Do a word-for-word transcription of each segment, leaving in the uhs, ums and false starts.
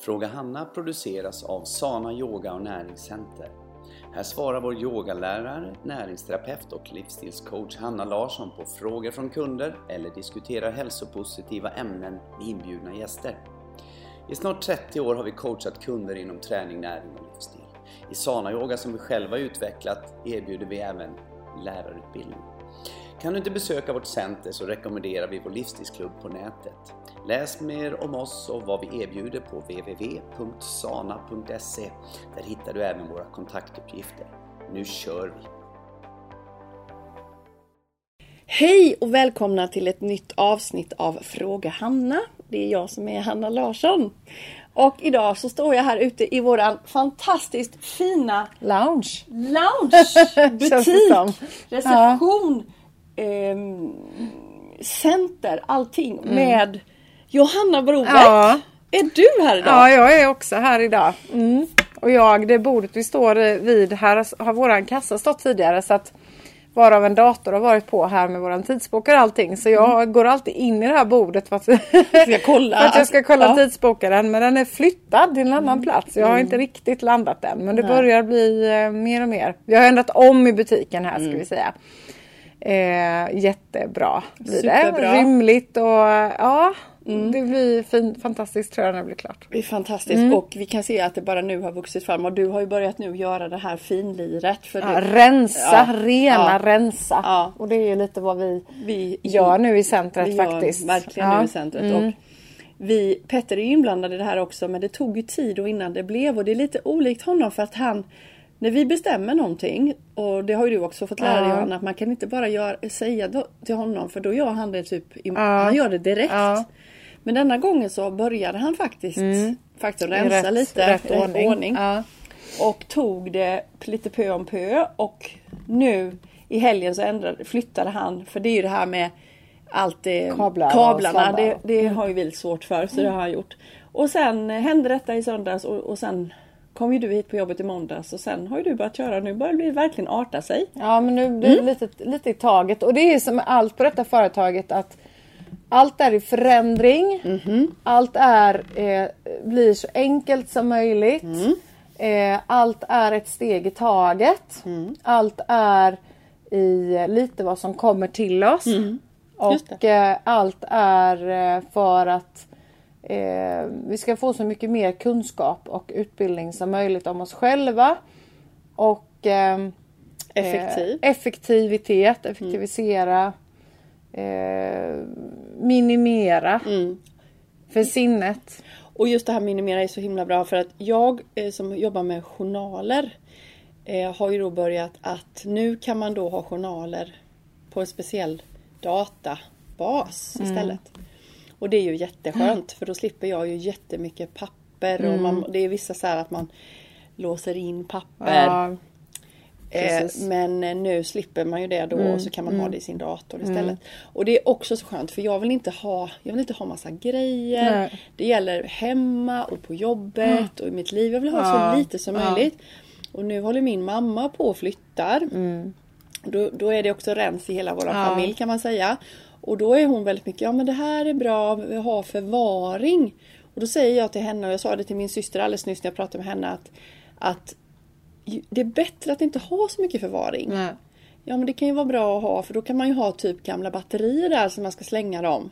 Fråga Hanna produceras av Sana Yoga och Näringscenter. Här svarar vår yogalärare, näringsterapeut och livsstilscoach Hanna Larsson på frågor från kunder eller diskuterar hälsopositiva ämnen med inbjudna gäster. I snart trettio år har vi coachat kunder inom träning, näring och livsstil. I Sana Yoga som vi själva utvecklat erbjuder vi även lärarutbildning. Kan du inte besöka vårt center så rekommenderar vi vår livsstilsklubb på nätet. Läs mer om oss och vad vi erbjuder på w w w punkt sana punkt se. Där hittar du även våra kontaktuppgifter. Nu kör vi! Hej och välkomna till ett nytt avsnitt av Fråga Hanna. Det är jag som är Hanna Larsson. Och idag så står jag här ute i våran fantastiskt fina lounge. Lounge, butik, reception, ja. eh, center, allting mm. med Johanna Brobeck. Ja. Är du här idag? Ja, jag är också här idag. Mm. Och jag, det bordet vi står vid, här har våran kassa stått tidigare så att varav en dator har varit på här med våran tidsbokare och allting. Så jag mm. går alltid in i det här bordet för att, jag kolla. för att jag ska kolla ja. tidsbokaren. Men den är flyttad till en annan mm. plats. Jag har inte riktigt landat än. Men det Nej. börjar bli eh, mer och mer. Vi har ändrat om i butiken här ska mm. vi säga. Eh, jättebra blir det. Rymligt och ja... Mm. Det blir fin, fantastiskt tror jag när det blir klart. Det är fantastiskt mm. och vi kan se att det bara nu har vuxit fram och du har ju börjat nu göra det här finliret. För ja, det... rensa, ja. rena ja. rensa. Ja. Och det är ju lite vad vi, vi gör nu i centret vi faktiskt. Gör verkligen ja. nu i centret mm. och vi, Petter är ju inblandad i det här också men det tog ju tid och innan det blev och det är lite olikt honom för att han när vi bestämmer någonting, och det har ju du också fått lära dig ja. Johanna, att man kan inte bara göra, säga då, till honom för då gör han det typ, ja. han gör det direkt. Ja. Men denna gången så började han faktiskt, mm. faktiskt rensa rätt, rätt lite, rätt ordning. ordning. Ja. Och tog det lite pö om pö och nu i helgen så ändrade, flyttade han, för det är ju det här med allt det, Kablar kablarna, det, det har ju vi lite svårt för så det har han gjort. Och sen hände detta i söndags och, och sen kom ju du hit på jobbet i måndags och sen har ju du börjat köra. Nu börjar det verkligen arta sig. Ja, men nu blir det mm. lite, lite i taget. Och det är som allt på detta företaget att allt är i förändring. Mm-hmm. Allt är, eh, blir så enkelt som möjligt. Mm. Eh, allt är ett steg i taget. Mm. Allt är i lite vad som kommer till oss. Mm. Och eh, allt är eh, för att Eh, vi ska få så mycket mer kunskap och utbildning som möjligt om oss själva och eh, Effektiv. eh, effektivitet, effektivisera, mm. eh, minimera mm. för sinnet. Och just det här minimera är så himla bra för att jag eh, som jobbar med journaler eh, har ju då börjat att nu kan man då ha journaler på en speciell databas mm. istället. Och det är ju jätteskönt mm. för då slipper jag ju jättemycket papper mm. och man, det är vissa så här att man låser in papper. Ja, eh, men nu slipper man ju det då mm. och så kan man mm. ha det i sin dator istället. Mm. Och det är också så skönt för jag vill inte ha jag vill inte ha massa grejer. Nej. Det gäller hemma och på jobbet mm. och i mitt liv. Jag vill ha ja. så lite som ja. möjligt. Och nu håller min mamma på och flyttar. Mm. Då, då är det också rens i hela vår ja. familj kan man säga. Och då är hon väldigt mycket, ja men det här är bra att ha förvaring. Och då säger jag till henne, och jag sa det till min syster alldeles nyss när jag pratade med henne, att, att det är bättre att inte ha så mycket förvaring. Nej. Ja men det kan ju vara bra att ha, för då kan man ju ha typ gamla batterier där som man ska slänga dem.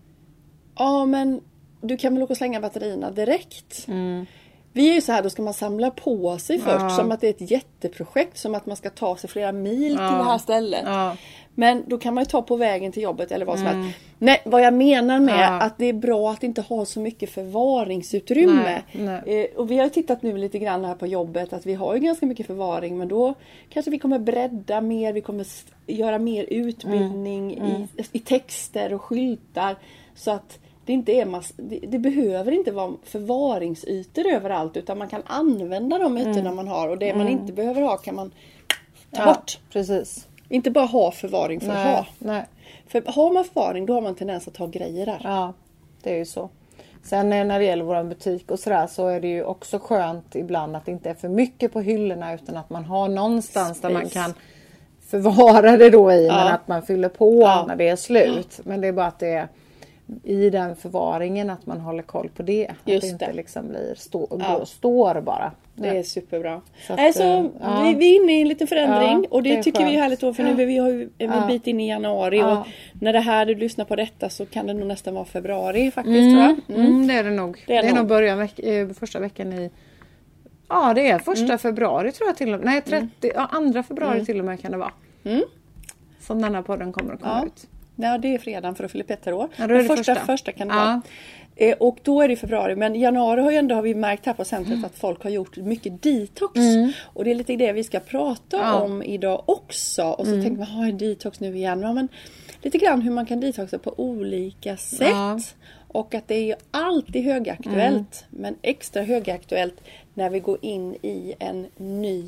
Ja men du kan väl åka och slänga batterierna direkt. Mm. Vi är ju så här, då ska man samla på sig först, ja. som att det är ett jätteprojekt, som att man ska ta sig flera mil ja. till det här stället. Ja. Men då kan man ju ta på vägen till jobbet eller vad som mm. helst. Nej, vad jag menar med ja. att det är bra att inte ha så mycket förvaringsutrymme. Nej, nej. Eh, och vi har ju tittat nu lite grann här på jobbet att vi har ju ganska mycket förvaring. Men då kanske vi kommer bredda mer, vi kommer göra mer utbildning mm. Mm. I, i texter och skyltar. Så att det inte är mass- det, det behöver inte vara förvaringsytor överallt, utan man kan använda de ytorna mm. man har. Och det mm. man inte behöver ha kan man ta ja, bort. Precis. Inte bara ha förvaring för nej, att ha. Nej. För har man förvaring då har man tendens att ha grejer där. Ja, det är ju så. Sen när det gäller vår butik och sådär så är det ju också skönt ibland att det inte är för mycket på hyllorna utan att man har någonstans Space. Där man kan förvara det då i ja. Men att man fyller på ja. När det är slut. Men det är bara att det är i den förvaringen att man håller koll på det. Just att det inte det. liksom blir stå, Ja. står bara. Det är superbra. Så att, alltså, ja. vi, vi är inne i en liten förändring. Ja, och det, det är tycker vi är skönt. härligt då. För nu är vi har ju en Ja. bit in i januari. Ja. Och när det här du lyssnar på detta så kan det nog nästan vara februari faktiskt. Mm, Tror jag. Mm. mm, det är det nog. Det är Det är, nog. nog början veck, eh, första veckan i... Ja, det är första februari tror jag till och med. Nej, trettio, ja, andra februari till och med kan det vara. Mm. Som den här podden kommer att komma Ja. ut. Ja, det är fredagen för att fylla Petter år. Ja, då är det Den första, första. första kan det Ja. vara. Eh, och då är det februari. Men januari har ju ändå har vi märkt här på centret Mm. att folk har gjort mycket detox. Och det är lite det vi ska prata Ja. om idag också. Och så tänker man, har en detox nu igen? Ja, men lite grann hur man kan detoxa på olika sätt. Ja. Och att det är ju alltid högaktuellt. Men extra högaktuellt när vi går in i en ny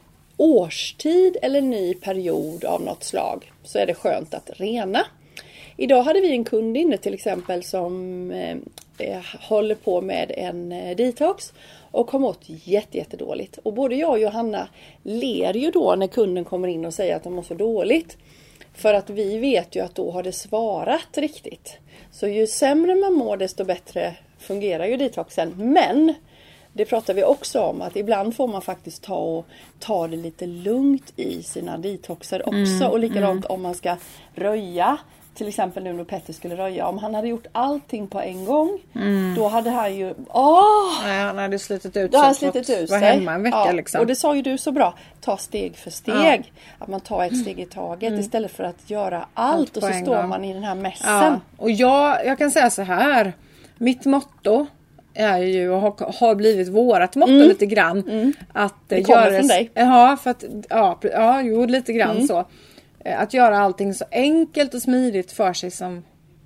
årstid eller ny period av något slag. Så är det skönt att rena. Idag hade vi en kund inne till exempel som eh, håller på med en eh, detox och har mått jätte, jätte dåligt. Och både jag och Johanna ler ju då när kunden kommer in och säger att de mår så dåligt. För att vi vet ju att då har det svarat riktigt. Så ju sämre man mår desto bättre fungerar ju detoxen. Men det pratar vi också om att ibland får man faktiskt ta, och, ta det lite lugnt i sina detoxer också. Mm, och likadant mm. om man ska röja. Till exempel nu när Petter skulle röja. Om han hade gjort allting på en gång. Mm. Då hade han ju... Åh! Nej, han hade slitit ut Då sig. har han slitit ut var sig. hemma en vecka ja. liksom. Och det sa ju du så bra. Ta steg för steg. Ja. Att man tar ett steg i taget. Mm. Istället för att göra allt. allt och så står gång. Man i den här mässen. Ja. Och jag, jag kan säga så här. Mitt motto är ju och har, har blivit vårat motto mm. lite grann. Mm. Att det kommer göra, från dig. Ja, för att, ja, ja jo, lite grann mm. så. Att göra allting så enkelt och smidigt för sig som,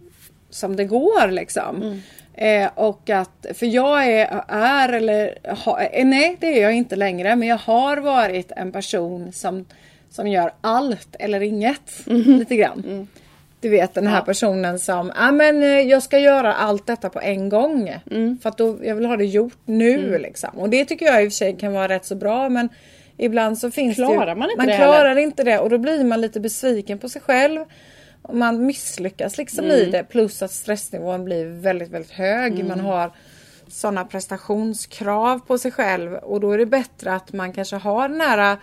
som det går liksom. Mm. Eh, och att, för jag är, är eller ha, eh, nej det är jag inte längre. Men jag har varit en person som, som gör allt eller inget. Mm. Lite grann. Mm. Du vet den här ja. personen som, ja men jag ska göra allt detta på en gång. Mm. För att då, jag vill ha det gjort nu mm. liksom. Och det tycker jag i och för sig kan vara rätt så bra. Men ibland så finns klarar det man inte man det klarar heller. inte det. Och då blir man lite besviken på sig själv. Och man misslyckas liksom mm. i det. Plus att stressnivån blir väldigt, väldigt hög. Mm. Man har sådana prestationskrav på sig själv. Och då är det bättre att man kanske har den här...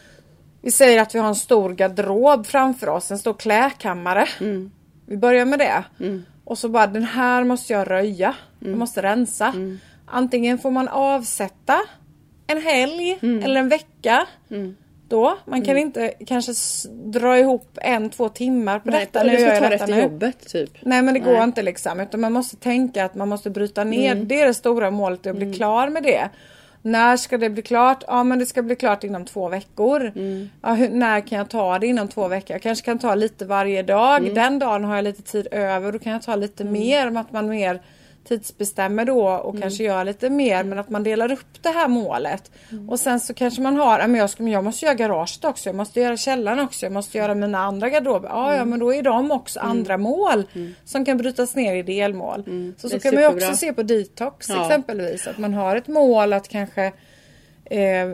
Vi säger att vi har en stor garderob framför oss. En stor klädkammare. Mm. Vi börjar med det. Mm. Och så bara, den här måste jag röja. Mm. Jag måste rensa. Mm. Antingen får man avsätta en helg mm. eller en vecka. Mm. Då. Man kan mm. inte kanske dra ihop en, två timmar på Nej, detta. Nu gör jag ta det detta efter nu. jobbet typ. Nej men det Nej. går inte liksom. Utan man måste tänka att man måste bryta ner. Mm. Det är det stora målet att bli mm. klar med det. När ska det bli klart? Ja men det ska bli klart inom två veckor. Mm. Ja, hur, när kan jag ta det inom två veckor? Jag kanske kan ta lite varje dag. Mm. Den dagen har jag lite tid över. Då kan jag ta lite mm. mer. Med att man mer tidsbestämmer då. Och mm. kanske gör lite mer. Men att man delar upp det här målet. Mm. Och sen så kanske man har. Ja, men jag, ska, men jag måste göra garaget också. Jag måste göra källaren också. Jag måste göra mina andra garderober. Ja, mm. ja men då är de också mm. andra mål. Mm. Som kan brytas ner i delmål. Mm. Så, så kan superbra. Man ju också se på detox ja. exempelvis. Att man har ett mål att kanske... Eh,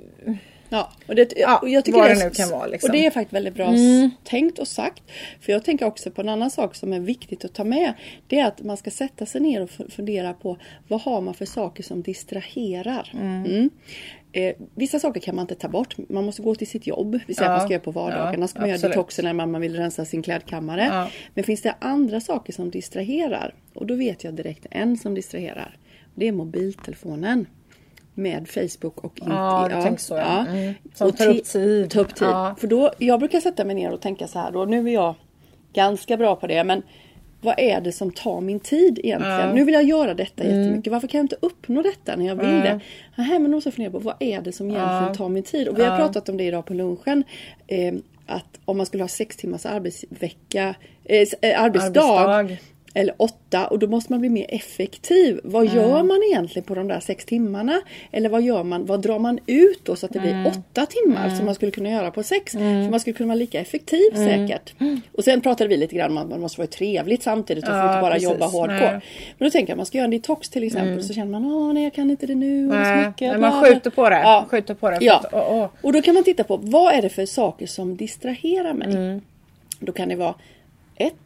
Ja, och det, ja, och jag tycker vad det, det nu kan vara. Liksom. Och det är faktiskt väldigt bra mm. tänkt och sagt. För jag tänker också på en annan sak som är viktigt att ta med. Det är att man ska sätta sig ner och fundera på vad har man för saker som distraherar. Mm. Mm. Eh, vissa saker kan man inte ta bort. Man måste gå till sitt jobb. Vi säger ja. att man ska göra på vardagarna. Ja, ska man göra detoxen när man vill rensa sin klädkammare. Ja. Men finns det andra saker som distraherar? Och då vet jag direkt en som distraherar. Det är mobiltelefonen. Med Facebook och inte... Ja, ja, tänk så. Ja. Ja. Mm. Som tar upp tid. Ta upp tid. Ja. För då, jag brukar sätta mig ner och tänka så här. Då, nu är jag ganska bra på det. Men vad är det som tar min tid egentligen? Ja. Nu vill jag göra detta mm. jättemycket. Varför kan jag inte uppnå detta när jag vill mm. det? Här, men också fundera på vad är det som egentligen ja. tar min tid? Och vi har ja. pratat om det idag på lunchen. Eh, att om man skulle ha sex timmars arbetsvecka, eh, arbetsdag... arbetsdag. Eller åtta. Och då måste man bli mer effektiv. Vad mm. gör man egentligen på de där sex timmarna? Eller vad gör man? Vad drar man ut då så att det mm. blir åtta timmar mm. som man skulle kunna göra på sex? Mm. För man skulle kunna vara lika effektiv mm. säkert. Mm. Och sen pratade vi lite grann om att man måste vara trevligt samtidigt. Och ja, får inte bara precis. jobba hardcore. Nej. Men då tänker jag att man ska göra en detox till exempel. Mm. Så känner man, åh nej jag kan inte det nu. Nej. Så mycket, nej, man skjuter på det. Ja. Skjuter på det. Ja. Att, oh, oh. Och då kan man titta på vad är det för saker som distraherar mig. Mm. Då kan det vara ett...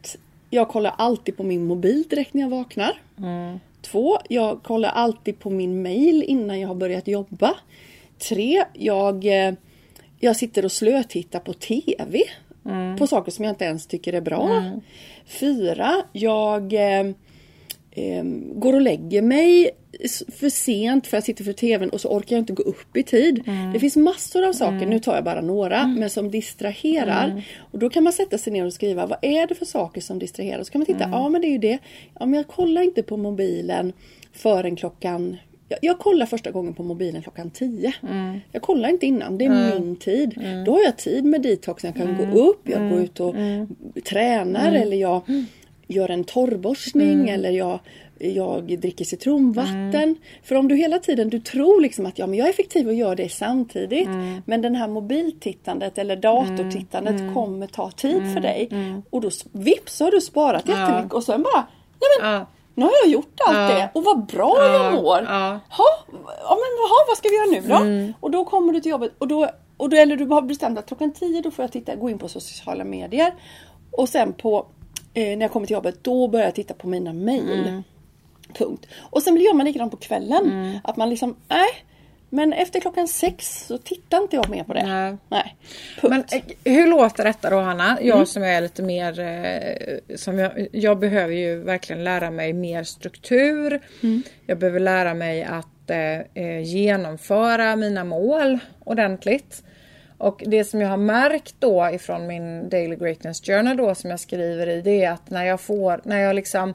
jag kollar alltid på min mobil direkt när jag vaknar. Mm. Två, jag kollar alltid på min mail innan jag har börjat jobba. Tre, jag, jag sitter och slötittar på tv. Mm. På saker som jag inte ens tycker är bra. Mm. Fyra, jag eh, eh, går och lägger mig för sent för jag sitter för tvn och så orkar jag inte gå upp i tid. Mm. Det finns massor av saker, mm. nu tar jag bara några, mm. men som distraherar. Mm. Och då kan man sätta sig ner och skriva, vad är det för saker som distraherar? Så kan man titta, mm. ja men det är ju det. Ja men jag kollar inte på mobilen förrän klockan... Jag, jag kollar första gången på mobilen klockan tio. Mm. Jag kollar inte innan, det är mm. min tid. Mm. Då har jag tid med detox, jag kan mm. gå upp, jag mm. går ut och mm. tränar mm. eller jag gör en torrborstning mm. eller jag... jag dricker citronvatten. Mm. För om du hela tiden du tror liksom att ja, men jag är effektiv och gör det samtidigt. Mm. Men den här mobiltittandet eller datortittandet mm. kommer ta tid mm. för dig. Mm. Och då vips har du sparat ja. jättemycket. Och sen bara, nej men ja. nu har jag gjort allt ja. det. Och vad bra ja. jag mår. Ja. Ha, ja men ha, vad ska vi göra nu då? Mm. Och då kommer du till jobbet. Och då, och då eller du har bestämt att klockan tio då får jag titta, gå in på sociala medier. Och sen på, eh, när jag kommer till jobbet då börjar jag titta på mina mejl. Mm. Punkt. Och sen gör man likadant på kvällen. Mm. Att man liksom, nej. Men efter klockan sex så tittar inte jag mer på det. Nej. nej. Men hur låter detta då, Hanna? Jag mm. som är lite mer... Eh, som jag, jag behöver ju verkligen lära mig mer struktur. Mm. Jag behöver lära mig att eh, genomföra mina mål ordentligt. Och det som jag har märkt då ifrån min Daily Greatness Journal då som jag skriver i, det är att när jag får... När jag liksom...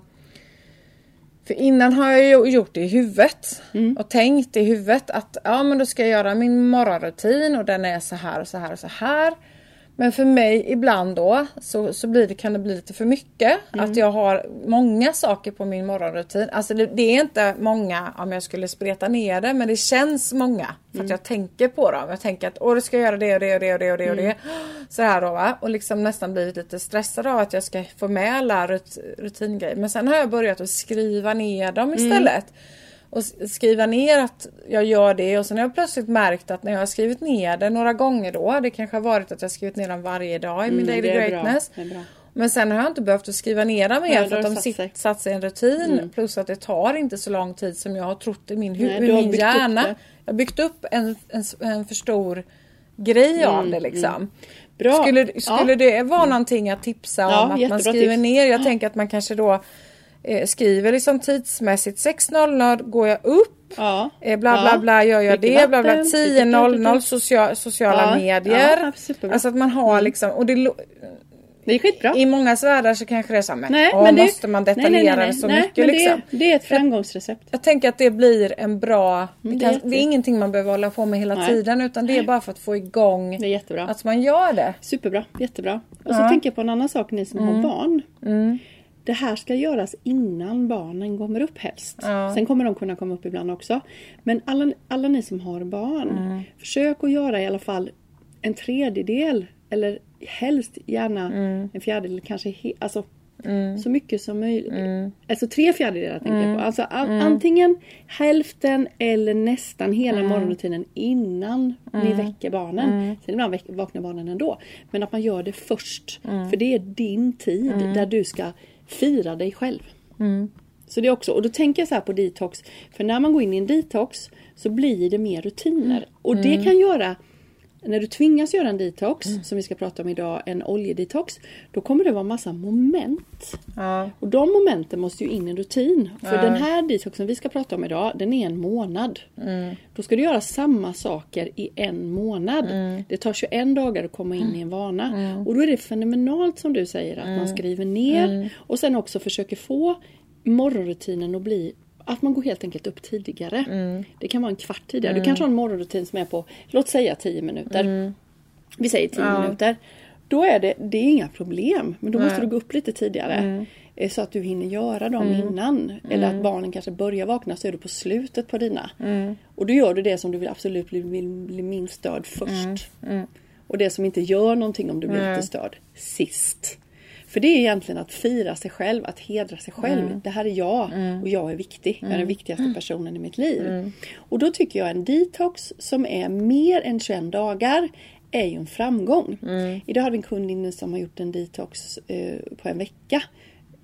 För innan har jag ju gjort det i huvudet. Mm. Och tänkt i huvudet att ja men då ska jag göra min morgonrutin. Och den är så här och så här och så här. Men för mig ibland då så, så blir det, kan det bli lite för mycket. Mm. Att jag har många saker på min morgonrutin. Alltså det, det är inte många om jag skulle spreta ner det. Men det känns många. För mm. att jag tänker på dem. Jag tänker att åh, du ska göra det och det och det och det och det. Och det. Mm. Så här då va. Och liksom nästan blivit lite stressad av att jag ska få med alla rut, rutingrejer. Men sen har jag börjat att skriva ner dem istället. Mm. Och skriva ner att jag gör det. Och sen har jag plötsligt märkt att när jag har skrivit ner det några gånger då. Det kanske har varit att jag har skrivit ner dem varje dag i min mm, Daily Greatness. Bra, bra. Men sen har jag inte behövt att skriva ner dem mer. För att de sitt, satt sig i en rutin. Mm. Plus att det tar inte så lång tid som jag har trott i min, hu- Nej, i min hjärna. Jag har byggt upp en, en, en för stor grej mm, av det liksom. Mm. Bra. Skulle, skulle ja. det vara någonting att tipsa ja, om att man skriver tips. ner? Jag tänker att man kanske då eh, skriver liksom tidsmässigt sex noll noll går jag upp. Ja. Eh, bla bla bla gör jag Mycket det. Bla bla tio noll noll social, sociala ja. medier. Ja, alltså att man har liksom och det Det är skitbra. I många världar så kanske det är så men, nej, men det, måste man detaljera nej, nej, nej, så nej, mycket men liksom. Det, det är ett framgångsrecept. Jag, jag tänker att det blir en bra det, kan, det är ingenting man behöver hålla på med hela nej. tiden utan det är bara för att få igång det är jättebra. Att man gör det. Superbra, jättebra. Och så ja. tänker jag på en annan sak ni som mm. har barn. Mm. Det här ska göras innan barnen kommer upp helst. Ja. Sen kommer de kunna komma upp ibland också. Men alla, alla ni som har barn, mm. försök att göra i alla fall en tredjedel eller helst gärna mm. en fjärdedel kanske he- alltså mm. så mycket som möjligt. Mm. Alltså tre fjärdedelar tänker mm. jag på. Alltså a- mm. antingen hälften eller nästan hela mm. morgonrutinen innan mm. ni väcker barnen. Mm. Sen ibland väck- vaknar barnen ändå. Men att man gör det först. Mm. För det är din tid mm. där du ska fira dig själv. Mm. Så det är också, och då tänker jag så här på detox. För när man går in i en detox så blir det mer rutiner. Mm. Och det kan göra, när du tvingas göra en detox, mm. som vi ska prata om idag, en oljedetox, då kommer det vara massa moment. Ja. Och de momenten måste ju in i en rutin. För ja. den här detoxen vi ska prata om idag, den är en månad. Mm. Då ska du göra samma saker i en månad. Mm. Det tar tjugoen dagar att komma in i en vana. Mm. Och då är det fenomenalt som du säger, att mm. man skriver ner. Mm. Och sen också försöker få morgonrutinen att bli att man går helt enkelt upp tidigare. Mm. Det kan vara en kvart tidigare. Mm. Du kanske har en morgonrutin som är på, låt säga tio minuter. Mm. Vi säger tio ja. minuter. Då är det, det är inga problem. Men då Nej. måste du gå upp lite tidigare. Mm. Så att du hinner göra dem mm. innan. Mm. Eller att barnen kanske börjar vakna så är du på slutet på dina. Mm. Och då gör du det som du vill absolut bli, vill bli minst störd först. Mm. Mm. Och det som inte gör någonting om du blir mm. lite störd sist. För det är egentligen att fira sig själv, att hedra sig själv. Mm. Det här är jag mm. och jag är viktig. Jag är den viktigaste personen i mitt liv. Mm. Och då tycker jag en detox som är mer än tjugoen dagar är ju en framgång. Mm. Idag har vi en kund inne som har gjort en detox eh, på en vecka.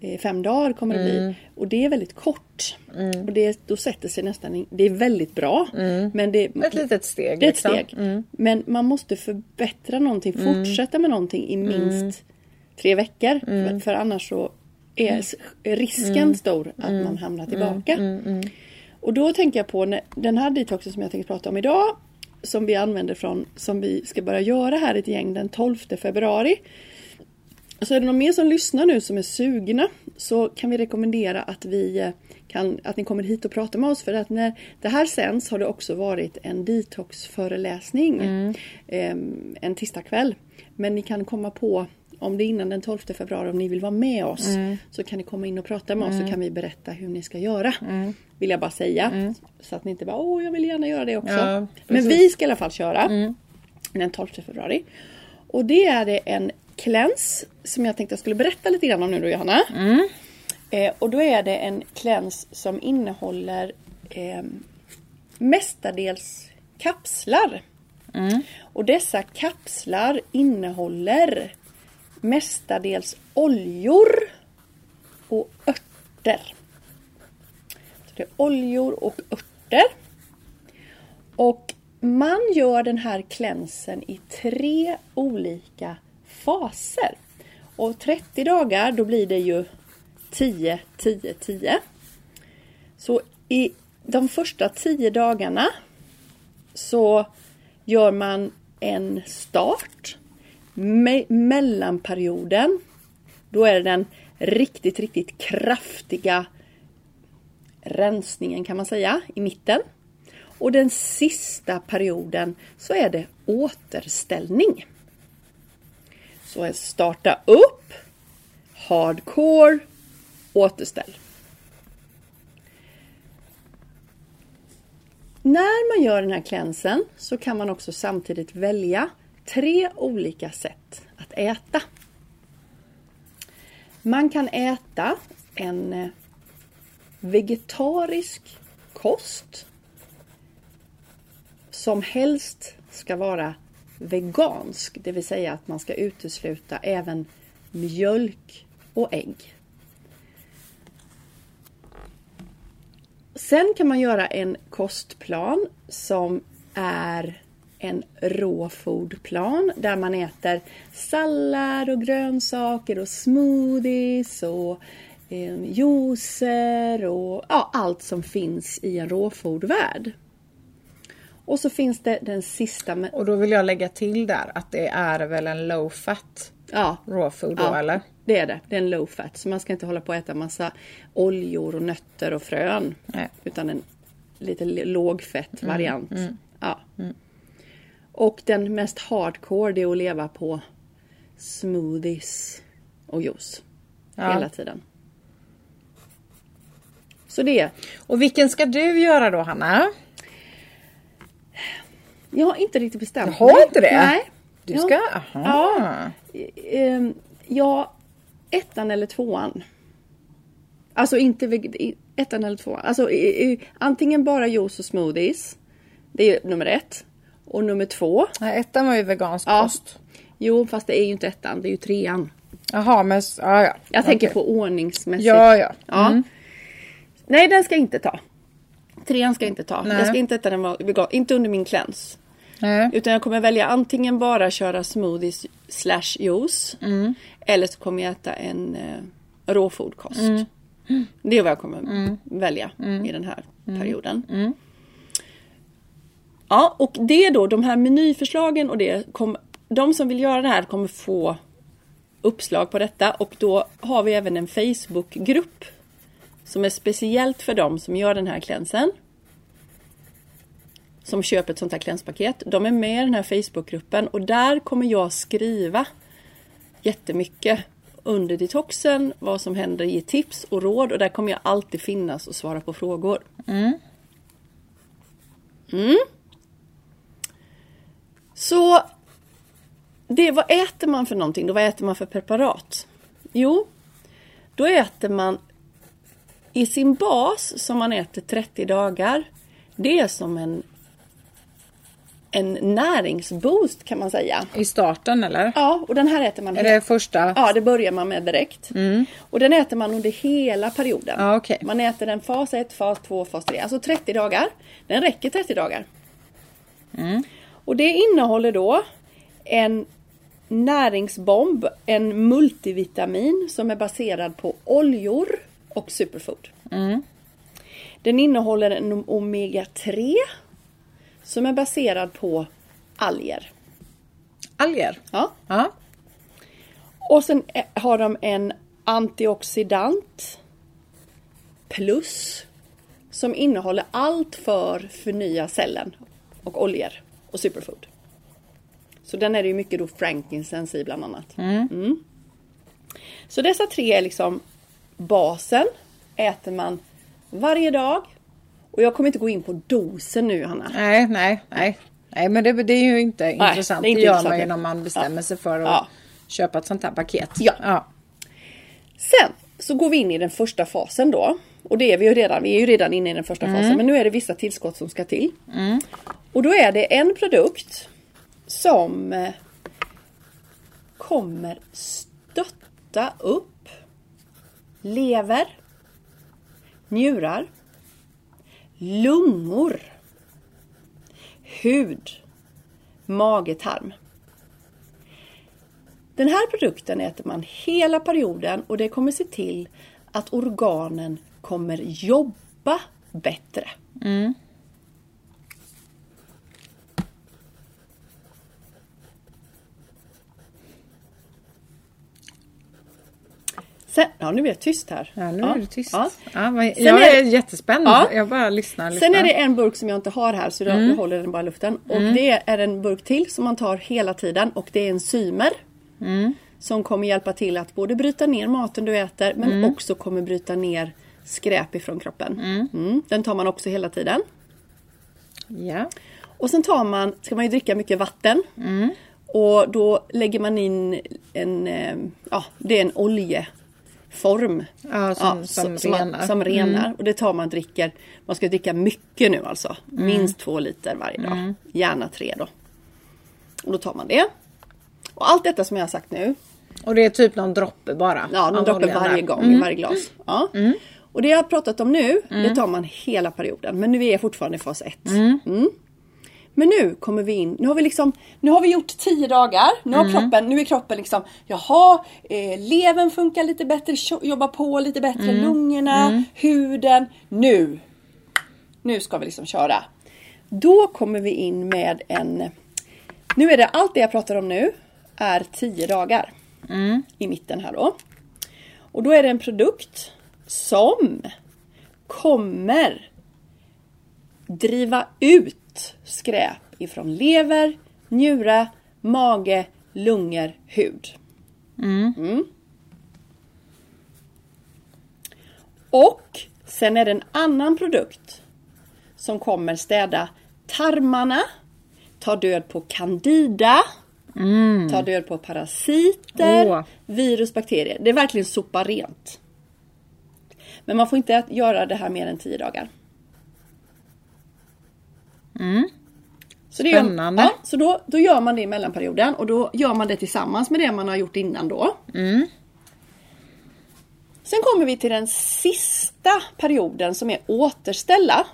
eh, fem dagar kommer det Mm. bli. Och det är väldigt kort. Mm. Och det, då sätter sig nästan, in, det är väldigt bra. Mm. Men det, Ett litet steg. det är ett liksom. steg. Mm. Men man måste förbättra någonting, Mm. fortsätta med någonting i minst Mm. tre veckor. Mm. För, för annars så är s- risken Mm. stor att Mm. man hamnar tillbaka. Mm. Mm. Mm. Och då tänker jag på när, den här detoxen som jag tänker prata om idag. Som vi använder från, som vi ska börja göra här i ett gäng den tolfte februari. Så är det någon mer som lyssnar nu som är sugna, så kan vi rekommendera att vi kan, att ni kommer hit och pratar med oss. För att när det här sänds har det också varit en detoxföreläsning. Mm. eh, en tisdagkväll. Men ni kan komma på, om det är innan den tolfte februari, om ni vill vara med oss. Mm. Så kan ni komma in och prata med oss, Mm. så kan vi berätta hur ni ska göra. Mm. Vill jag bara säga. Mm. Så att ni inte bara, åh jag vill gärna göra det också. Ja, Men precis. vi ska i alla fall köra. Mm. Den tolfte februari. Och det är det en cleanse som jag tänkte jag skulle berätta lite grann om nu då, Johanna. Mm. Eh, och då är det en cleanse som innehåller eh, mestadels kapslar. Mm. Och dessa kapslar innehåller mestadels oljor och örter. Så det är oljor och örter. Och man gör den här cleansen i tre olika faser. Och trettio dagar, då blir det ju tio, tio, tio. Så i de första tio dagarna så gör man en start. Me- mellanperioden, då är det den riktigt, riktigt kraftiga rensningen kan man säga i mitten. Och den sista perioden så är det återställning. Så är starta upp, hardcore, återställ. När man gör den här cleansen så kan man också samtidigt välja tre olika sätt att äta. Man kan äta en vegetarisk kost som helst ska vara vegansk, det vill säga att man ska utesluta även mjölk och ägg. Sen kan man göra en kostplan som är en råfodplan där man äter sallad och grönsaker och smoothies och eh, juicer och ja, allt som finns i en råfodvärld. Och så finns det den sista med... Och då vill jag lägga till där att det är väl en low fat Ja, raw food då, ja, eller? det är det. Det är en low fat. Så man ska inte hålla på att äta massa oljor och nötter och frön. Nej. Utan en lite lågfett variant. Mm, mm. Ja. Mm. Och den mest hardcore, det är att leva på smoothies och juice. Ja. Hela tiden. Så det. Och vilken ska du göra då, Hanna? Jag har inte riktigt bestämt Du har inte det? Nej. Du Ja. ska? Aha. Ja. Ehm, ja, ettan eller tvåan. Alltså inte veg- i- ettan eller tvåan. Alltså i, i, antingen bara juice och smoothies. Det är nummer ett. Och nummer två. Nej, ettan var ju vegansk Ja. kost. Jo, fast det är ju inte ettan. Det är ju trean. Jaha, men ja, ja. Jag tänker Okej. på ordningsmässigt. Ja, ja. Ja. Mm. Nej, den ska jag inte ta. Trean ska jag inte ta. Nej. Jag ska inte äta den vegan. Inte under min cleanse. Nej. Utan jag kommer välja antingen bara köra smoothies slash juice. Mm. Eller så kommer jag äta en eh, råfodkost. Mm. Det är vad jag kommer Mm. välja Mm. i den här perioden. Mm. Ja, och det är då de här menyförslagen och det kom, de som vill göra det här kommer få uppslag på detta. Och då har vi även en Facebookgrupp som är speciellt för dem som gör den här cleansen. Som köper ett sånt här cleansepaket. De är med i den här Facebookgruppen och där kommer jag skriva jättemycket under detoxen, vad som händer, ge tips och råd och där kommer jag alltid finnas och svara på frågor. Mm. Mm. Så det, vad äter man för någonting? Då vad äter man för preparat? Jo, då äter man i sin bas som man äter trettio dagar. Det är som en en näringsboost kan man säga. I starten eller? Ja, och den här äter man... Är det första? Ja, det börjar man med direkt. Mm. Och den äter man under hela perioden. Ja, okay. Man äter den fas ett, fas två, fas tre. Alltså trettio dagar. Den räcker trettio dagar. Mm. Och det innehåller då en näringsbomb, en multivitamin som är baserad på oljor och superfood. Mm. Den innehåller en omega tre som är baserad på alger. Alger? Ja. Ja. Och sen har de en antioxidant plus som innehåller allt för förnya cellen och oljor och superfood. Så den är det ju mycket då frankincense i bland annat. Mm. Mm. Så dessa tre är liksom basen. Äter man varje dag. Och jag kommer inte gå in på dosen nu, Hanna. Nej, nej, nej. Nej, men det, det är ju inte nej, intressant. Det, inte det gör man ju när man bestämmer ja. sig för att ja. köpa ett sånt här paket. Ja. ja. Sen så går vi in i den första fasen då. Och det är vi ju redan. Vi är ju redan inne i den första mm. fasen. Men nu är det vissa tillskott som ska till. Mm. Och då är det en produkt som kommer stötta upp lever, njurar, lungor, hud, mage, tarm. Den här produkten äter man hela perioden och det kommer se till att organen kommer jobba bättre. Mm. Sen, ja, nu blir det tyst här. Ja, nu ja. är det tyst. Ja. Ja, vad, jag är, är jättespänd. Ja. Jag bara lyssnar, lyssnar. Sen är det en burk som jag inte har här så mm. jag håller den bara i luften. Och mm. det är en burk till som man tar hela tiden. Och det är enzymer mm. som kommer hjälpa till att både bryta ner maten du äter men mm. också kommer bryta ner skräp ifrån kroppen. Mm. Mm. Den tar man också hela tiden. Ja. Och sen tar man, ska man ju dricka mycket vatten. Mm. Och då lägger man in en, ja, det är en olje. Form ja, som, ja, som, som renar, man, som renar. Mm. Och det tar man dricker. Man ska dricka mycket nu alltså. Mm. Minst två liter varje dag. Mm. Gärna tre då. Och då tar man det. Och allt detta som jag har sagt nu. Och det är typ någon droppe bara. Ja, någon droppe varje gång mm. i varje glas. Ja. Mm. Och det jag har pratat om nu, mm. det tar man hela perioden. Men nu är jag fortfarande i fas ett. Mm. Mm. Men nu kommer vi in, nu har vi liksom, nu har vi gjort tio dagar, nu har mm. kroppen, nu är kroppen liksom, jaha, eh, levern funkar lite bättre, jobbar på lite bättre, mm. lungorna, mm. huden, nu, nu ska vi liksom köra. Då kommer vi in med en, nu är det, allt det jag pratar om nu är tio dagar mm. i mitten här då. Och då är det en produkt som kommer driva ut skräp ifrån lever, njure, mage, lungor, hud. Mm. Mm. Och sen är det en annan produkt som kommer städa tarmarna, ta död på candida, mm. ta död på parasiter, oh. virus, bakterier. Det är verkligen sopa rent. Men man får inte göra det här mer än tio dagar. Mm. Så, det gör, ja, så då, då gör man det i mellanperioden. Och då gör man det tillsammans med det man har gjort innan då. Mm. Sen kommer vi till den sista perioden som är återställa.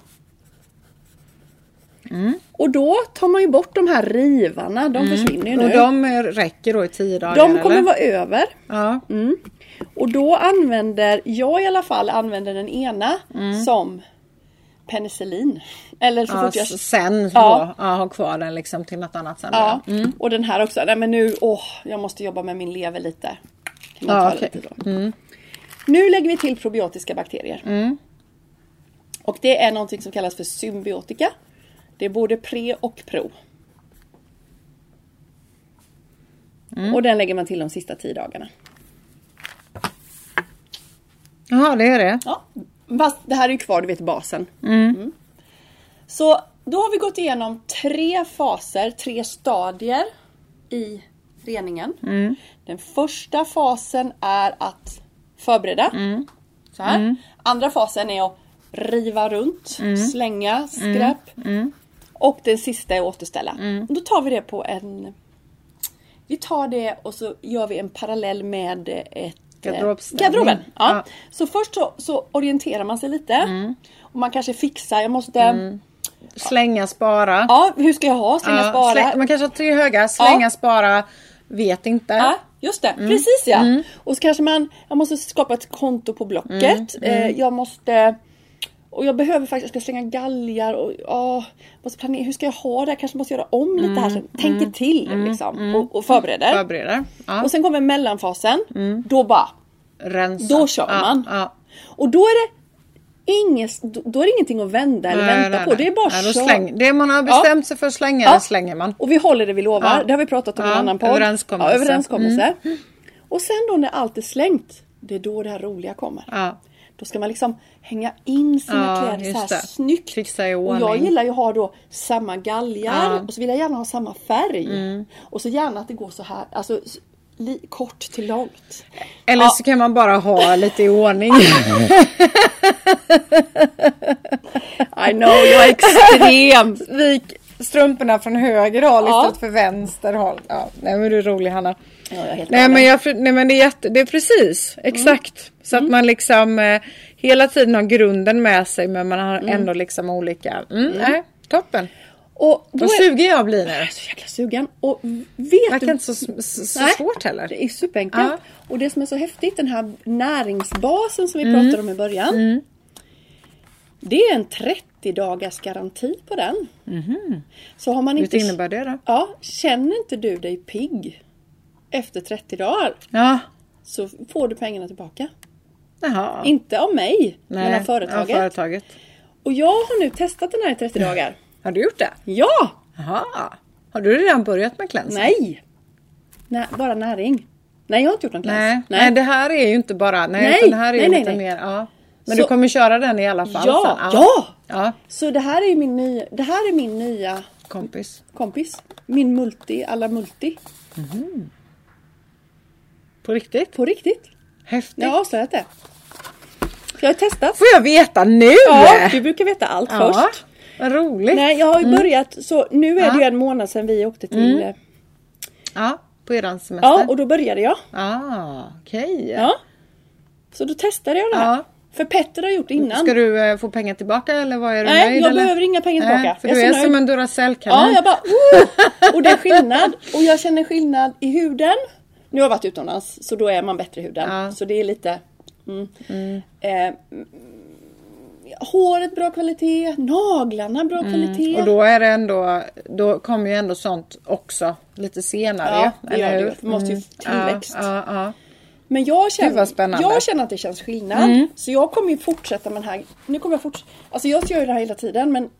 Mm. Och då tar man ju bort de här rivarna. De mm. försvinner ju nu. Och de räcker då i tio dagar? De kommer eller? vara över. Ja. Mm. Och då använder, jag i alla fall använder den ena mm. som penicillin. Eller så ja, fort jag... sen ja. Då, ja, ha kvar den liksom till något annat sen. Ja, mm. och den här också. Nej men nu, åh, jag måste jobba med min lever lite. Kan man ja, ta okay. lite då. Mm. Nu lägger vi till probiotiska bakterier. Mm. Och det är någonting som kallas för symbiotika. Det är både pre och pro. Mm. Och den lägger man till de sista tio dagarna. Ja, det är det. Ja, fast det här är ju kvar, du vet, basen. Mm. Mm. Så då har vi gått igenom tre faser, tre stadier i reningen. Mm. Den första fasen är att förbereda. Mm. Så här. Mm. Andra fasen är att riva runt, mm. slänga skräp. Mm. Mm. Och den sista är återställa. Mm. Då tar vi det på en... Vi tar det och så gör vi en parallell med ett... Garderoben. Ja. Ja. Så först så, så orienterar man sig lite. Mm. Och man kanske fixar. Jag måste... Mm. Slänga, spara. Ja, hur ska jag ha? Slänga, ja, spara. Släng, man kanske har tre höga. Slänga, ja. spara. Vet inte. Ja, just det. Mm. Precis ja. Mm. Och så kanske man... Jag måste skapa ett konto på Blocket. Mm. Mm. Eh, jag måste... Och jag behöver faktiskt... Jag ska slänga galgar. Och åh, måste planera. Hur ska jag ha det? Jag kanske måste göra om lite mm. här. Så tänker mm. till liksom. Mm. Och, och förbereder. Förbereder. Ja. Och sen kommer mellanfasen. Mm. Då bara... Rensa. Då kör ja, man. Ja. Och då är det... Inget, då är det ingenting att vända eller nej, vänta nej, på. Det är bara nej, släng. Det man har bestämt ja. sig för att slänga, ja. det slänger man. Och vi håller det vi lovar. Ja. Det har vi pratat om i ja. en annan podd. Överenskommelse. Ja, överenskommelse. Mm. Och sen då när allt är slängt, det är då det här roliga kommer. Ja. Då ska man liksom hänga in sina ja, kläder så här det. snyggt. Fixa i ordning. Och jag gillar ju att ha då samma galgar. Ja. Och så vill jag gärna ha samma färg. Mm. Och så gärna att det går så här. Alltså... Li- kort till långt. Eller ja. så kan man bara ha lite i ordning. I know, jag är extrem. Vik strumporna från höger håll ja. istället för vänster håll. Ja, nej men du är rolig Hanna. Ja, jag är helt nej, men jag, nej men det är jätte, det är precis, exakt. Mm. Så att mm. man liksom eh, hela tiden har grunden med sig men man har mm. ändå liksom olika. Mm, mm. Nej, toppen. Och då Vad är... sugen jag blir nu. Jag är så jäkla sugen. Och vet det är inte så, så, så svårt heller. Det är superenkelt. Ja. Och det som är så häftigt, den här näringsbasen som vi mm. pratade om i början. Mm. Det är en trettio dagars garanti på den. Mm. Så har man inte... Vad innebär det då? Ja, känner inte du dig pigg efter trettio dagar. Ja. Så får du pengarna tillbaka. Jaha. Inte av mig, nej, men av företaget. Av företaget. Och jag har nu testat den här i trettio dagar. Har du gjort det? Ja! Jaha. Har du redan börjat med cleansing? Nej. Nej, bara näring. Nej, jag har inte gjort någon cleanse. Nej. nej. nej, det här är ju inte bara... Nej, nej utan det här är nej, nej, lite nej. mer... Ja. Men så, du kommer köra den i alla fall ja, sen? Ja, ja! Så det här är min nya... Det här är min nya... Kompis. Kompis. Min multi, alla multi. Mm. På riktigt? På riktigt. Häftigt. Jag har avslöjat det. Jag har testat. Får jag veta nu? Ja, du brukar veta allt ja. först. Vad roligt. Nej, jag har ju mm. börjat, så nu är ja. det ju en månad sedan vi åkte till... Mm. Ja, på eran semester. Ja, och då började jag. Ah, okej. Okay. Ja. Så då testade jag det här. Ja. För Petter har gjort innan. Ska du uh, få pengar tillbaka eller vad är du Nej, nöjd? jag eller? behöver inga pengar tillbaka. Nej, för jag du är, är som en Duracell-kanin. Ja, jag bara... Oh! Och det är skillnad. Och jag känner skillnad i huden. Nu har jag varit utomlands, så då är man bättre i huden. Ja. Så det är lite... Mm. Mm. Eh, håret bra kvalitet, naglarna bra mm. kvalitet. Och då är det ändå, då kommer ju ändå sånt också lite senare. Ja, det eller gör det. Det måste ju tillväxt. Ja, ja, ja. Men jag känner, jag känner att det känns skillnad. Mm. Så jag kommer ju fortsätta med den här. Nu kommer jag fortsätta. Alltså jag gör ju det här hela tiden. Men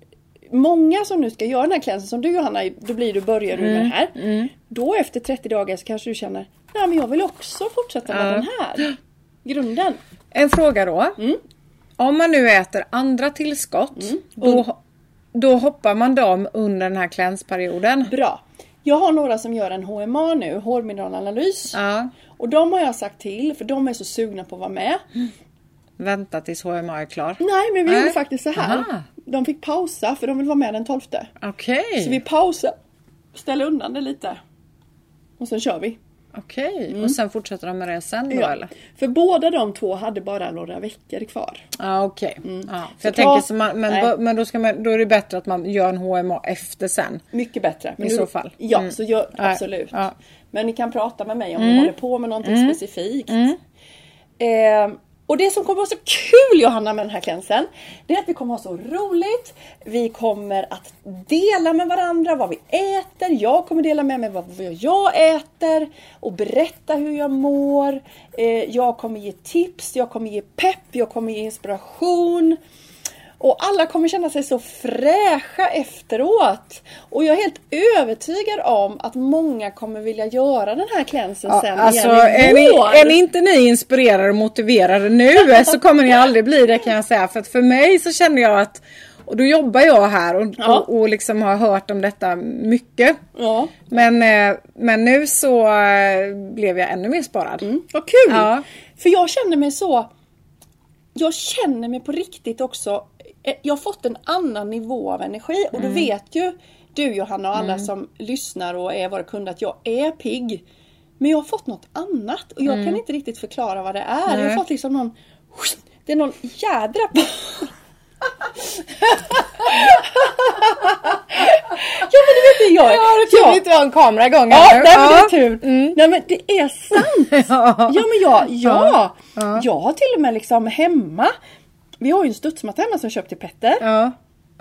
många som nu ska göra den här cleansen som du Johanna, då blir du, börjar du mm. med det här. Mm. Då efter trettio dagar så kanske du känner, nej men jag vill också fortsätta med ja. den här. Grunden. En fråga då. Mm. Om man nu äter andra tillskott, mm. då, då hoppar man dem under den här cleanse-perioden. Bra. Jag har några som gör en H M A nu, hårmineralanalys. Ja. Och de har jag sagt till, för de är så sugna på att vara med. Mm. Vänta tills H M A är klar. Nej, men vi Nej. gjorde faktiskt så här. Aha. De fick pausa, för de vill vara med den tolfte. Okej. Okay. Så vi pausar, ställer undan det lite. Och sen kör vi. Okej, okay. mm. och sen fortsätter de med det sen då ja. eller? För båda de två hade bara några veckor kvar. Ah, okej. Okay. Mm. Ah, för jag ta... tänker så man, men, men då, ska man, då är det bättre att man gör en H M A efter sen. Mycket bättre. Men I du, så fall. Ja, mm. så gör, absolut. Ah. Men ni kan prata med mig om mm. ni håller på med någonting mm. specifikt. Mm. Eh, och det som kommer vara så kul Johanna med den här cleansen, det är att vi kommer ha så roligt. Vi kommer att dela med varandra vad vi äter. Jag kommer dela med mig vad jag äter och berätta hur jag mår. Eh, jag kommer ge tips, jag kommer ge pepp, jag kommer ge inspiration. Och alla kommer känna sig så fräscha efteråt. Och jag är helt övertygad om att många kommer vilja göra den här cleansen ja, sen alltså, igen är ni, är ni inte ni inspirerade och motiverade nu så kommer ni aldrig bli det, kan jag säga. För att för mig så känner jag att, och då jobbar jag här och, ja. och, och liksom har hört om detta mycket. Ja. Men, men nu så blev jag ännu mer sparad. Mm, vad kul! Ja. För jag känner mig så... Jag känner mig på riktigt också... jag har fått en annan nivå av energi. Och då mm. vet ju du Johanna och alla mm. som lyssnar och är våra kunder att jag är pigg. Men jag har fått något annat. Och jag mm. kan inte riktigt förklara vad det är. Nej. Jag har fått liksom någon... Det är någon jädra... ja men det vet jag. Ja, det kan ja. inte ha en kamera igång. Ja, nej, men det är tur. Mm. Nej men det är sant. ja. ja men jag, ja. Ja. Jag har till och med liksom hemma. Vi har ju en studsmatta hemma som jag köpt till Petter. Ja.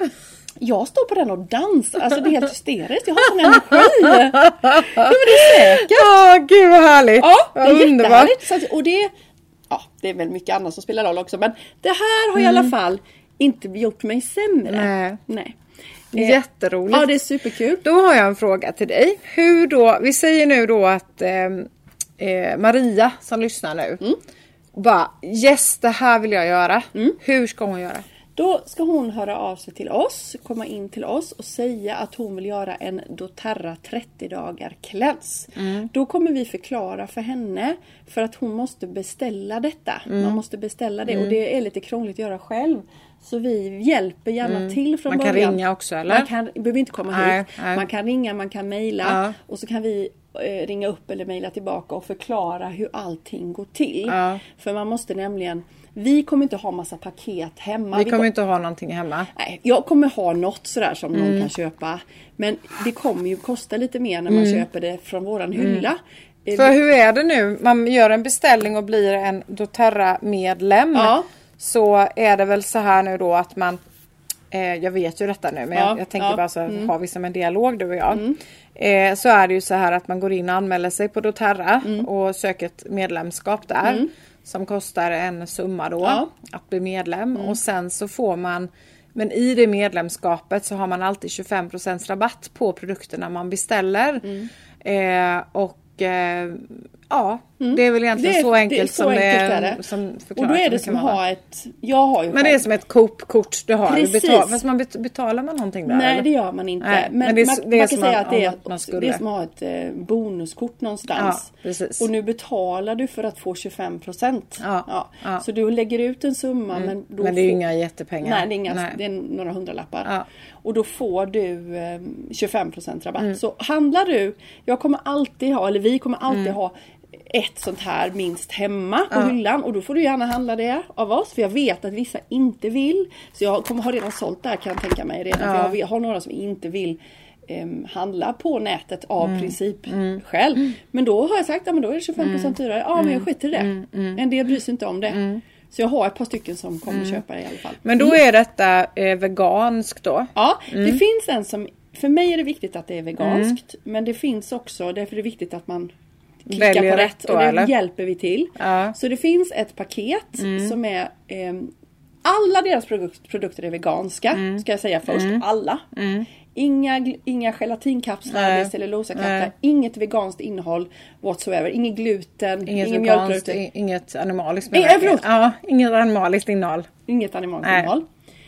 Jag står på den och dansar. Alltså det är helt hysteriskt. Jag har sån energi. Ja men det är säkert. Ja, oh, gud vad härligt. Ja, det är jättehärligt. Så, och det, ja, det är väl mycket annat som spelar roll också. Men det här har mm. i alla fall inte gjort mig sämre. Nej. Nej. Jätteroligt. Ja, det är superkul. Då har jag en fråga till dig. Hur då, vi säger nu då att eh, eh, Maria som lyssnar nu. Mm. Bara, yes det här vill jag göra. Mm. Hur ska hon göra? Då ska hon höra av sig till oss, komma in till oss och säga att hon vill göra en doTERRA trettio dagar cleanse. Mm. Då kommer vi förklara för henne för att hon måste beställa detta. Mm. Man måste beställa det mm. och det är lite krångligt att göra själv. Så vi hjälper gärna mm. till från man början. Man kan ringa också eller? Man kan, behöver inte komma nej, hit. Nej. Man kan ringa, man kan mejla ja. och så kan vi eh, ringa upp eller mejla tillbaka och förklara hur allting går till. Ja. För man måste nämligen... Vi kommer inte ha massa paket hemma. Vi kommer vi kom... inte ha någonting hemma. Nej, jag kommer ha något sådär som mm. någon kan köpa. Men det kommer ju kosta lite mer när man mm. köper det från våran hylla. Mm. För hur är det nu? Man gör en beställning och blir en doTERRA-medlem. Ja. Så är det väl så här nu då att man... Eh, jag vet ju detta nu men ja. jag, jag tänker ja. bara så mm. har vi som en dialog du och jag. Mm. Eh, så är det ju så här att man går in och anmäler sig på doTERRA mm. och söker ett medlemskap där. Mm. Som kostar en summa då ja. att bli medlem. Mm. Och sen så får man, men i det medlemskapet så har man alltid tjugofem procent rabatt på produkterna man beställer. Mm. Eh, och eh, ja, mm. det är väl egentligen det är, så enkelt, det är så som, enkelt är det. Som och då är det som att ha ett, jag har ju men det är som ett Coop-kort du har. Du betal, fast man bet, betalar man någonting där? Nej, eller? det gör man inte. Nej, men, men det är, man, det är man kan säga att, att det är, man det är som att ha ett eh, bonuskort någonstans. Ja, precis. Och nu betalar du för att få tjugofem procent. Ja, ja. Ja. Så du lägger ut en summa. Mm. Men, då men det är får, ju inga jättepengar. Nej, det är, inga, nej. Det är några hundralappar. Ja. Och då får du eh, tjugofem procent rabatt. Mm. Så handlar du, jag kommer alltid ha, eller vi kommer alltid mm. ha ett sånt här minst hemma på ja. hyllan. Och då får du gärna handla det av oss. För jag vet att vissa inte vill. Så jag kommer ha redan sålt där kan jag tänka mig redan. Ja. För jag har några som inte vill um, handla på nätet av mm. princip mm. själv. Mm. Men då har jag sagt att ja, då är det tjugofem procent dyrare. Ja mm. men jag skiter i det. Mm. Mm. En del bryr sig inte om det. Mm. Så jag har ett par stycken som kommer mm. köpa det i alla fall. Men då är detta eh, veganskt då? Ja, mm. det finns en som... För mig är det viktigt att det är veganskt. Mm. Men det finns också, därför är det viktigt att man klicka väljer på rätt då, och det eller? hjälper vi till. Ja. Så det finns ett paket mm. som är eh, alla deras produk- produkter är veganska mm. ska jag säga först. Mm. Alla. Mm. Inga, inga gelatinkapslar eller cellulosakapslar. Inget veganskt innehåll whatsoever. Inget gluten. Inget ingen veganskt, mjölkprodukter. Inget animaliskt. Inget, ja, inget animaliskt innehåll. Inget animaliskt innehåll.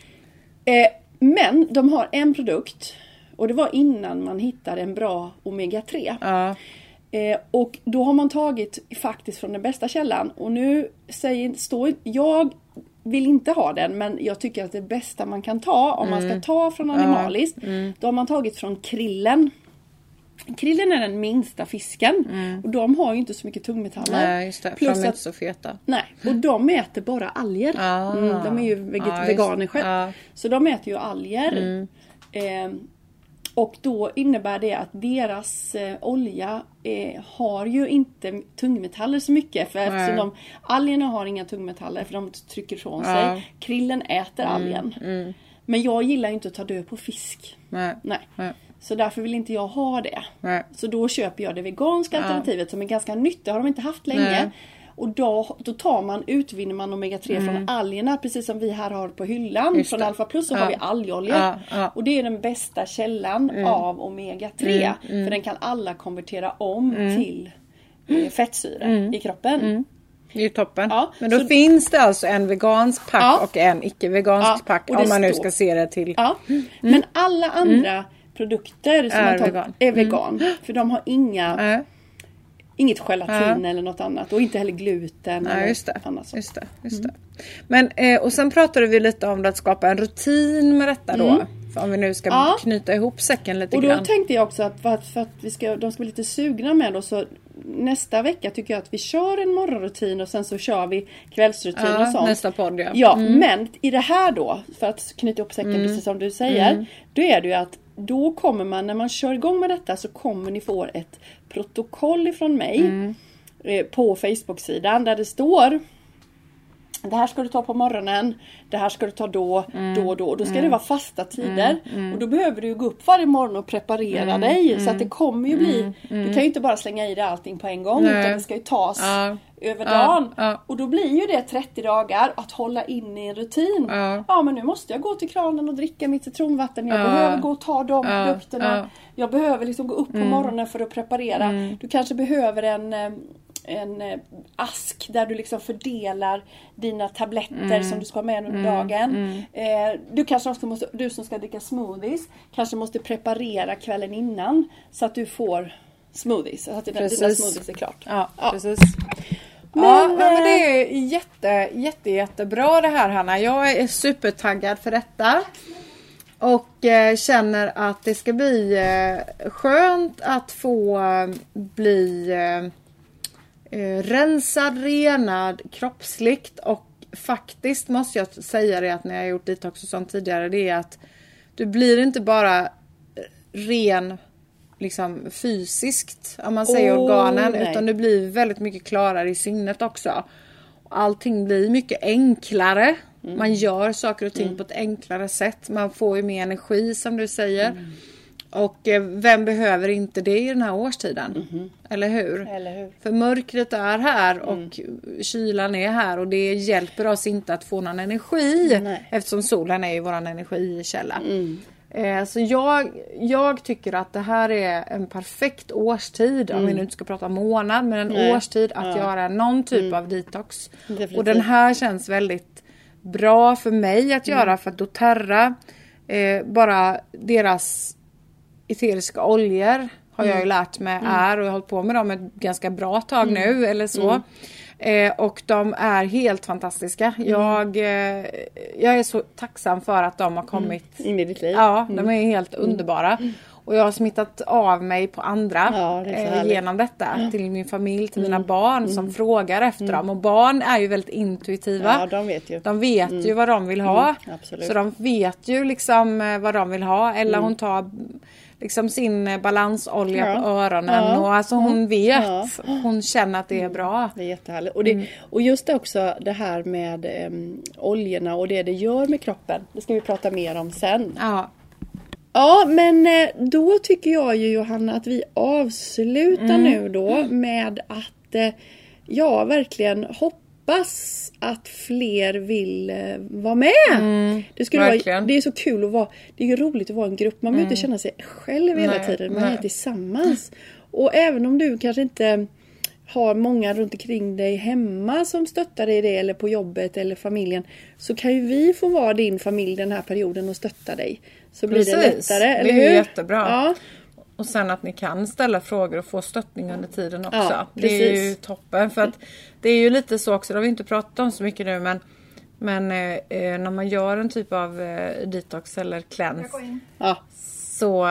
Eh, men de har en produkt. Och det var innan man hittade en bra omega tre. Ja. Eh, och då har man tagit faktiskt från den bästa källan. Och nu säger, står jag vill inte ha den, men jag tycker att det bästa man kan ta, om mm. man ska ta från animaliskt, mm. då har man tagit från krillen. Krillen är den minsta fisken. Mm. Och de har ju inte så mycket tungmetaller. Nej, just det. Plus de är inte så feta. Nej, och de äter bara alger. Ah. Mm, de är ju veget- ah, veganer själv. Ah. Så de äter ju alger. Mm. Eh, Och då innebär det att deras eh, olja eh, har ju inte tungmetaller så mycket. För eftersom de, algerna har inga tungmetaller för de trycker ifrån ja. sig. Krillen äter mm, algen. Mm. Men jag gillar ju inte att ta död på fisk. Nej. Nej. Nej. Så därför vill inte jag ha det. Nej. Så då köper jag det veganska ja. alternativet som är ganska nytt. Det har de inte haft länge. Nej. Och då, då tar man, utvinner man omega tre mm. från algerna. Precis som vi här har på hyllan. Från Alpha Plus så ja. har vi algoljor. Ja, ja. Och det är den bästa källan mm. av omega tre. Mm, mm. För den kan alla konvertera om mm. till eh, fettsyra mm. i kroppen. Mm. Det är ju toppen. Ja, men då så, finns det alltså en vegansk pack ja. och en icke-vegansk ja, pack. Om man står. nu ska se det till. Ja. Mm. Men alla andra mm. produkter som är, man tar, vegan. är vegan. Mm. För de har inga... Mm. inget gelatin ja. eller något annat. Och inte heller gluten. Ja, eller just det. Annat sånt. Just det, just Mm. det. Men, eh, och sen pratade vi lite om att skapa en rutin med detta då. Mm. För om vi nu ska ja. knyta ihop säcken lite och då grann. tänkte jag också att, för att, för att vi ska, de ska bli lite sugna med oss. Så nästa vecka tycker jag att vi kör en morgonrutin och sen så kör vi kvällsrutin ja, och sånt. nästa podd, ja. Ja, mm. men i det här då, för att knyta upp säcken Mm. precis som du säger. Mm. Då är det ju att då kommer man, när man kör igång med detta så kommer ni få ett protokoll ifrån mig Mm. eh, på Facebook-sidan där det står: det här ska du ta på morgonen, det här ska du ta då, mm. då och då. Då ska mm. det vara fasta tider. Mm. Mm. Och då behöver du gå upp varje morgon och preparera mm. dig. Så att det kommer ju bli, mm. du kan ju inte bara slänga i dig allting på en gång. Nej. Utan det ska ju tas ja. över dagen. Ja. Ja. Och då blir ju det trettio dagar att hålla in i en rutin. Ja. ja men nu måste jag gå till kranen och dricka mitt citronvatten. Jag ja. behöver gå och ta de ja. produkterna. Ja. Jag behöver liksom gå upp på mm. morgonen för att preparera. Mm. Du kanske behöver en... en ask där du liksom fördelar dina tabletter mm. som du ska ha med under mm. dagen. Mm. Eh, du kanske också måste, du som ska dricka smoothies kanske måste preparera kvällen innan så att du får smoothies. Så att dina, dina smoothies är klart. Ja, ja. precis. Men, ja, men det är jätte, jätte, jättebra det här, Hanna. Jag är supertaggad för detta. Och eh, känner att det ska bli eh, skönt att få eh, bli... Eh, Eh, rensad, renad, kroppsligt, och faktiskt måste jag säga det att när jag har gjort detox och sånt tidigare, det är att du blir inte bara ren liksom fysiskt, om man säger oh, organen, nej. utan du blir väldigt mycket klarare i sinnet också. Allting blir mycket enklare. Mm. Man gör saker och ting mm. på ett enklare sätt. Man får ju mer energi som du säger. Mm. Och eh, vem behöver inte det i den här årstiden? Mm-hmm. Eller hur? Eller hur? För mörkret är här och mm. kylan är här. Och det hjälper oss inte att få någon energi. Nej. Eftersom solen är ju våran energikälla. Mm. Eh, så jag, jag tycker att det här är en perfekt årstid. Mm. Om vi nu inte ska prata månad. Men en Nej. årstid att ja. göra någon typ mm. av detox. Definitivt. Och den här känns väldigt bra för mig att mm. göra. För att doTERRA, eh, bara deras... eteriska oljor har jag ju lärt mig mm. är, och jag har hållit på med dem ett ganska bra tag mm. nu eller så. Mm. Eh, och de är helt fantastiska. Mm. Jag, eh, jag är så tacksam för att de har kommit mm. in i ditt liv. Ja, mm. de är helt mm. underbara. Mm. Och jag har smittat av mig på andra ja, eh, genom detta. Mm. Till min familj, till mina mm. barn mm. som frågar efter mm. dem. Och barn är ju väldigt intuitiva. Ja, de vet ju. De vet mm. ju vad de vill ha. Mm, absolut. Så de vet ju liksom eh, vad de vill ha. Eller mm. hon tar... liksom sin balansolja ja. på öronen ja. och alltså hon vet, ja. hon känner att det är bra. Det är jättehärligt. Och, det, mm. och just också det här med um, oljorna och det det gör med kroppen. Det ska vi prata mer om sen. Ja. Ja, men då tycker jag ju, Johanna, att vi avslutar mm. nu då med att jag verkligen hoppas att fler vill uh, vara med. Mm, det, skulle vara, det är så kul att vara, det är ju roligt att vara en grupp. Man mm. behöver inte känna sig själv hela nej, tiden. Man nej. är tillsammans. Och även om du kanske inte har många runt omkring dig hemma som stöttar dig i det, eller på jobbet eller familjen, så kan ju vi få vara din familj den här perioden och stötta dig. Så blir Precis. det lättare, eller hur? Det är jättebra. Ja. Och sen att ni kan ställa frågor och få stöttning under tiden också. Ja, det är ju toppen. För att det är ju lite så också, det har vi inte pratat om så mycket nu, men, men eh, när man gör en typ av eh, detox eller cleanse ja. så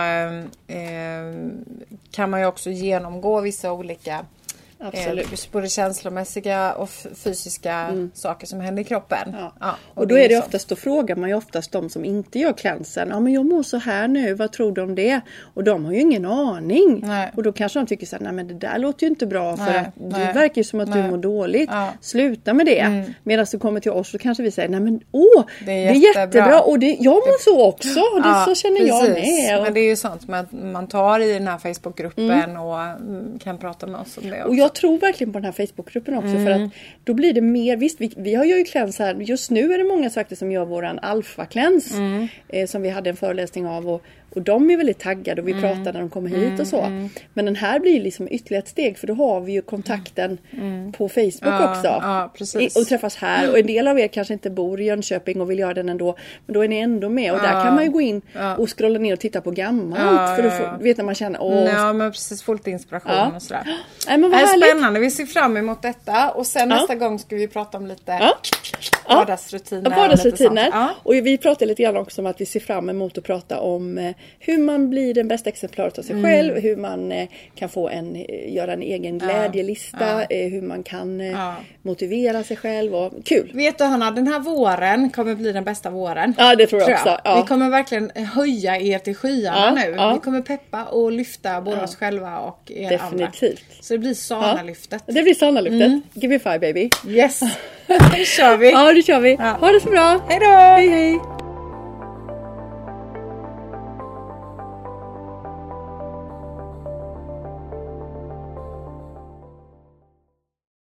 eh, kan man ju också genomgå vissa olika Absolut. Eh, både känslomässiga och f- fysiska mm. saker som händer i kroppen. Ja. Ja, och, och då är det oftast, då frågar man ju oftast de som inte gör cleansen. Ja, men jag mår så här nu, vad tror du om det? Och de har ju ingen aning. Nej. Och då kanske de tycker så här, nej men det där låter ju inte bra. För nej, att nej. det verkar ju som att nej. du mår dåligt. Ja. Sluta med det. Mm. Medan du kommer till oss så kanske vi säger, nej men åh, det är, det är jättebra. Och det, jag mår det, så också. Och det ja, så känner precis. jag med. Och, men det är ju sånt som att man tar i den här Facebookgruppen mm. och mm, kan prata med oss om det också. Och jag tror verkligen på den här Facebookgruppen också. Mm. För att då blir det mer, visst vi, vi har ju cleanse här. Just nu är det många faktiskt som gör våran alfa cleanse. Mm. Eh, som vi hade en föreläsning av. Och Och de är väldigt taggade och vi Mm. pratar när de kommer hit Mm, och så. mm. Men den här blir liksom ytterligare ett steg för då har vi ju kontakten Mm. på Facebook Ja, också. ja, precis. I- och träffas här. Och en del av er kanske inte bor i Jönköping och vill göra den ändå. Men då är ni ändå med. Och Ja. där kan man ju gå in Ja. och scrolla ner och titta på gammalt. Ja, för då ja, får, ja. vet när man känner, åh. Ja, men precis, få lite inspiration Ja. och sådär. Nej, men Det vad är härligt. spännande, vi ser fram emot detta. Och sen Ja. nästa gång ska vi prata om lite Ja. Ja. vardagsrutiner. Ja, vardagsrutiner. Ja. Och vi pratar lite grann också om att vi ser fram emot att prata om eh, hur man blir den bästa exemplaret av sig Mm. själv. Hur man eh, kan få en, eh, göra en egen glädjelista. Ja. Eh, hur man kan eh, Ja. motivera sig själv. Och, kul! Vet du Hanna, den här våren kommer bli den bästa våren. Ja, det tror jag också. Ja. Vi kommer verkligen höja er till skyarna Ja, nu. ja. Vi kommer peppa och lyfta både oss själva och er andra. Definitivt. Så det blir Sana-lyftet. Det blir Sana-lyftet. Give me five baby. Yes, nu kör vi. Ja, det kör vi. Ja. Ha det så bra. Hej då! Hej hej!